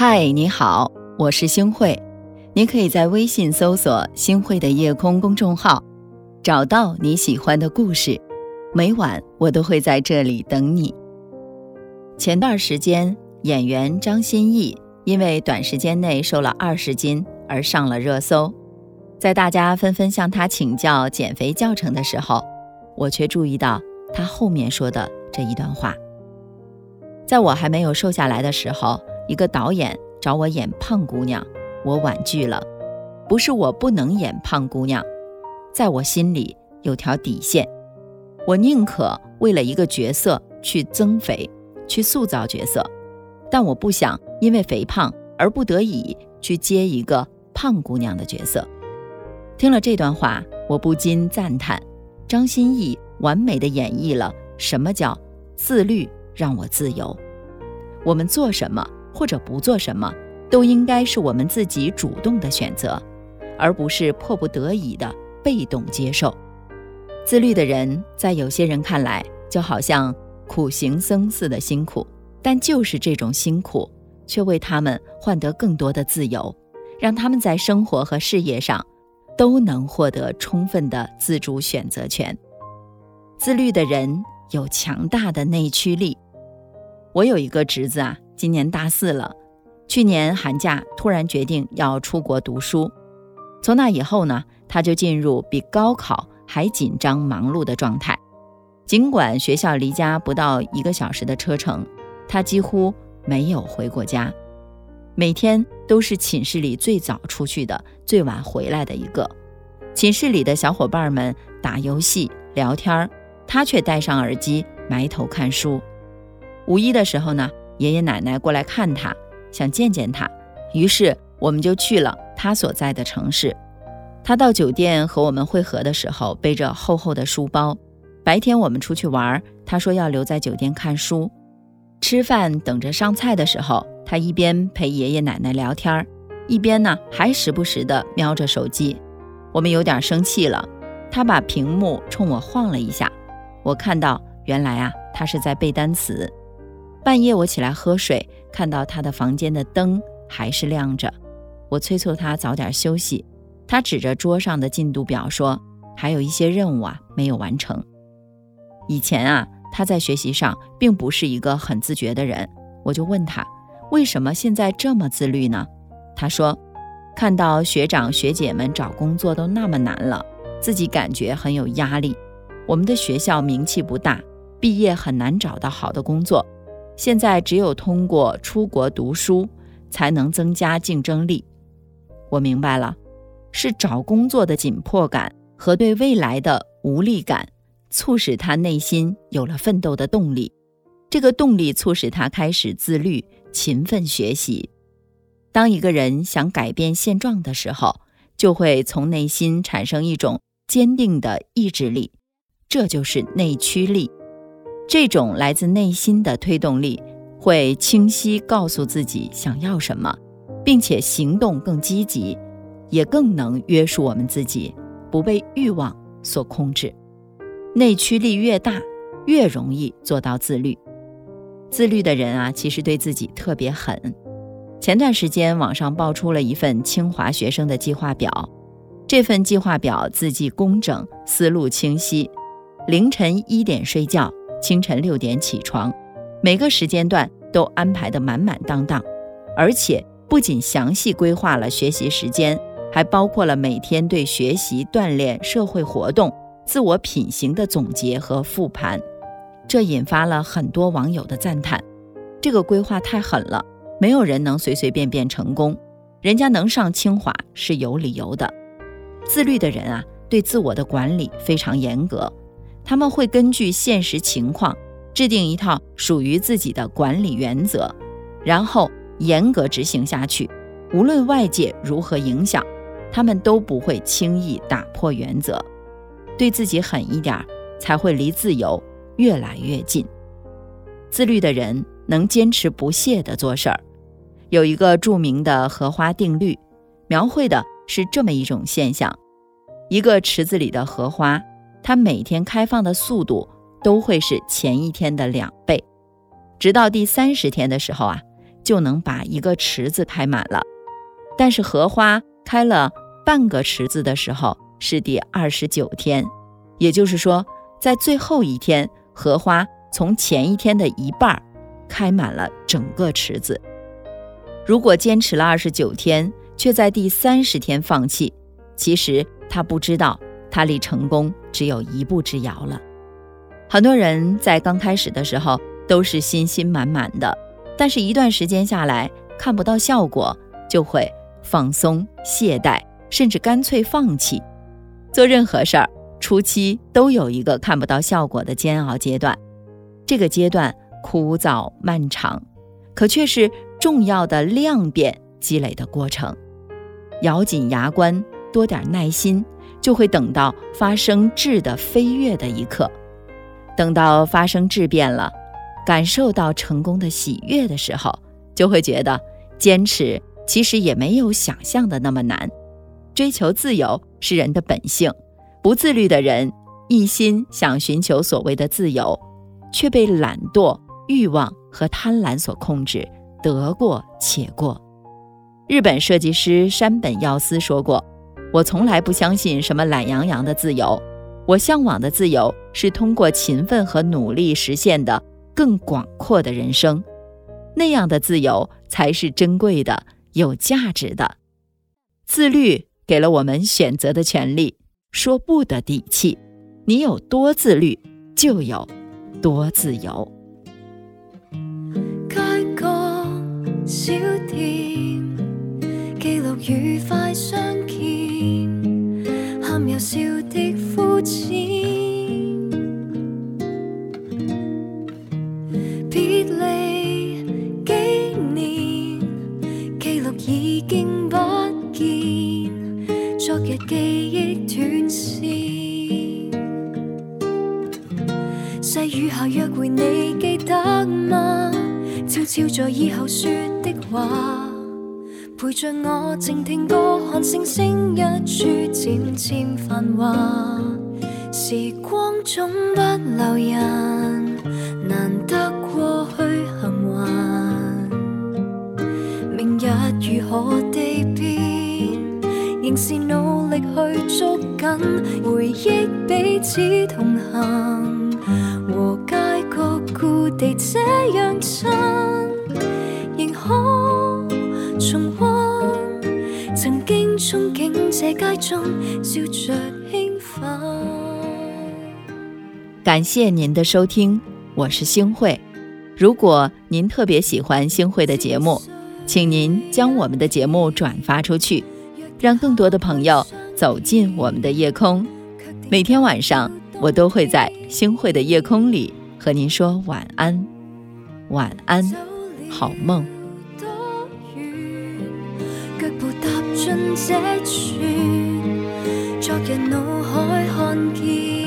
嗨，你好，我是星慧。你可以在微信搜索星慧的夜空公众号，找到你喜欢的故事。每晚我都会在这里等你。前段时间，演员张歆艺因为短时间内瘦了20斤而上了热搜。在大家纷纷向他请教减肥教程的时候，我却注意到他后面说的这一段话。在我还没有瘦下来的时候，一个导演找我演胖姑娘，我婉拒了。不是我不能演胖姑娘，在我心里有条底线，我宁可为了一个角色去增肥，去塑造角色，但我不想因为肥胖而不得已去接一个胖姑娘的角色。听了这段话，我不禁赞叹，张歆艺完美地演绎了什么叫自律让我自由。我们做什么或者不做什么，都应该是我们自己主动的选择，而不是迫不得已的被动接受。自律的人在有些人看来就好像苦行僧似的辛苦，但就是这种辛苦却为他们换得更多的自由，让他们在生活和事业上都能获得充分的自主选择权。自律的人有强大的内驱力。我有一个侄子今年大4了，去年寒假突然决定要出国读书。从那以后呢，他就进入比高考还紧张忙碌的状态。尽管学校离家不到1个小时的车程，他几乎没有回过家，每天都是寝室里最早出去的，最晚回来的一个。寝室里的小伙伴们打游戏聊天，他却戴上耳机埋头看书。五一的时候呢，爷爷奶奶过来看他，想见见他，于是我们就去了他所在的城市。他到酒店和我们会合的时候，背着厚厚的书包。白天我们出去玩，他说要留在酒店看书。吃饭等着上菜的时候，他一边陪爷爷奶奶聊天，一边呢还时不时地瞄着手机。我们有点生气了，他把屏幕冲我晃了一下，我看到原来他是在背单词。半夜我起来喝水，看到他的房间的灯还是亮着，我催促他早点休息。他指着桌上的进度表说，还有一些任务没有完成。以前他在学习上并不是一个很自觉的人，我就问他为什么现在这么自律呢？他说，看到学长学姐们找工作都那么难了，自己感觉很有压力。我们的学校名气不大，毕业很难找到好的工作，现在只有通过出国读书才能增加竞争力。我明白了，是找工作的紧迫感和对未来的无力感，促使他内心有了奋斗的动力。这个动力促使他开始自律，勤奋学习。当一个人想改变现状的时候，就会从内心产生一种坚定的意志力，这就是内驱力。这种来自内心的推动力会清晰告诉自己想要什么，并且行动更积极，也更能约束我们自己，不被欲望所控制。内驱力越大，越容易做到自律。自律的人其实对自己特别狠。前段时间网上爆出了一份清华学生的计划表，这份计划表字迹工整，思路清晰。凌晨1点睡觉，清晨6点起床，每个时间段都安排得满满当当，而且不仅详细规划了学习时间，还包括了每天对学习、锻炼、社会活动、自我品行的总结和复盘。这引发了很多网友的赞叹，这个规划太狠了，没有人能随随便便成功，人家能上清华是有理由的。自律的人对自我的管理非常严格，他们会根据现实情况制定一套属于自己的管理原则，然后严格执行下去。无论外界如何影响，他们都不会轻易打破原则。对自己狠一点，才会离自由越来越近。自律的人能坚持不懈地做事儿。有一个著名的荷花定律，描绘的是这么一种现象：一个池子里的荷花，它每天开放的速度都会是前一天的2倍，直到第30天的时候就能把一个池子开满了。但是荷花开了半个池子的时候是第29天，也就是说，在最后一天，荷花从前一天的一半开满了整个池子。如果坚持了29天，却在第30天放弃，其实他不知道他离成功只有一步之遥了。很多人在刚开始的时候都是信心满满的，但是一段时间下来看不到效果，就会放松、懈怠，甚至干脆放弃。做任何事儿，初期都有一个看不到效果的煎熬阶段，这个阶段枯燥漫长，可却是重要的量变积累的过程。咬紧牙关，多点耐心，就会等到发生质的飞跃的一刻。等到发生质变了，感受到成功的喜悦的时候，就会觉得坚持其实也没有想象的那么难。追求自由是人的本性，不自律的人一心想寻求所谓的自由，却被懒惰、欲望和贪婪所控制，得过且过。日本设计师山本耀司说过，我从来不相信什么懒洋洋的自由，我向往的自由是通过勤奋和努力实现的更广阔的人生，那样的自由才是珍贵的、有价值的。自律给了我们选择的权利，说不的底气，你有多自律，就有多自由。 街角小店，記錄愉快相見，喊又笑的膚淺。別離幾年，記錄已經不見，昨日記憶斷線。細雨下約會你記得嗎？悄悄在以後說的話，陪着我靜聽歌，看星星一處漸漸繁華。時光總不留人，難得過去幸還。明日如何地變，仍是努力去捉緊，回憶彼此同行，和街角故地這樣親，仍可重溫曾經憧憬這街中笑着興奮。 感謝您的收聽，我是星慧。如果您特別喜歡星慧的節目，請您將我們的節目轉發出去，讓更多的朋友走進我們的夜空。每天晚上我都會在星慧的夜空裡和您說晚安，晚安，好夢。 腳步踏進這處，昨日腦海看見，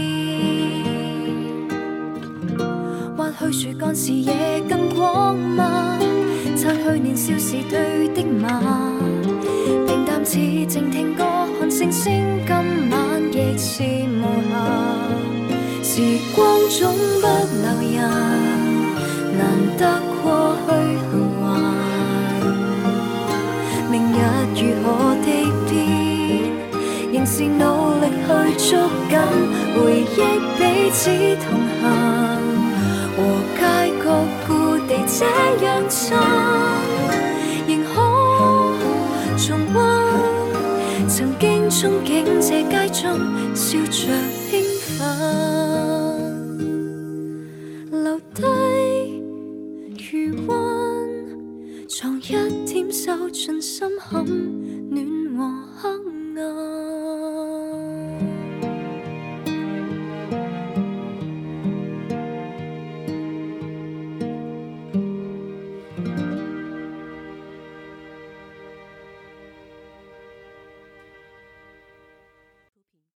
或許樹幹視野更廣嗎？擦去年少時對的罵，平淡似靜聽歌，看星星今晚亦是無瑕。時光總不留人，難得過去幸還。明日如何地變，仍是努力去捉緊，回憶彼此同行，和街角故地這樣親，仍可重溫曾經憧憬這街中笑着興奮，留低餘溫，藏一點手進心坎。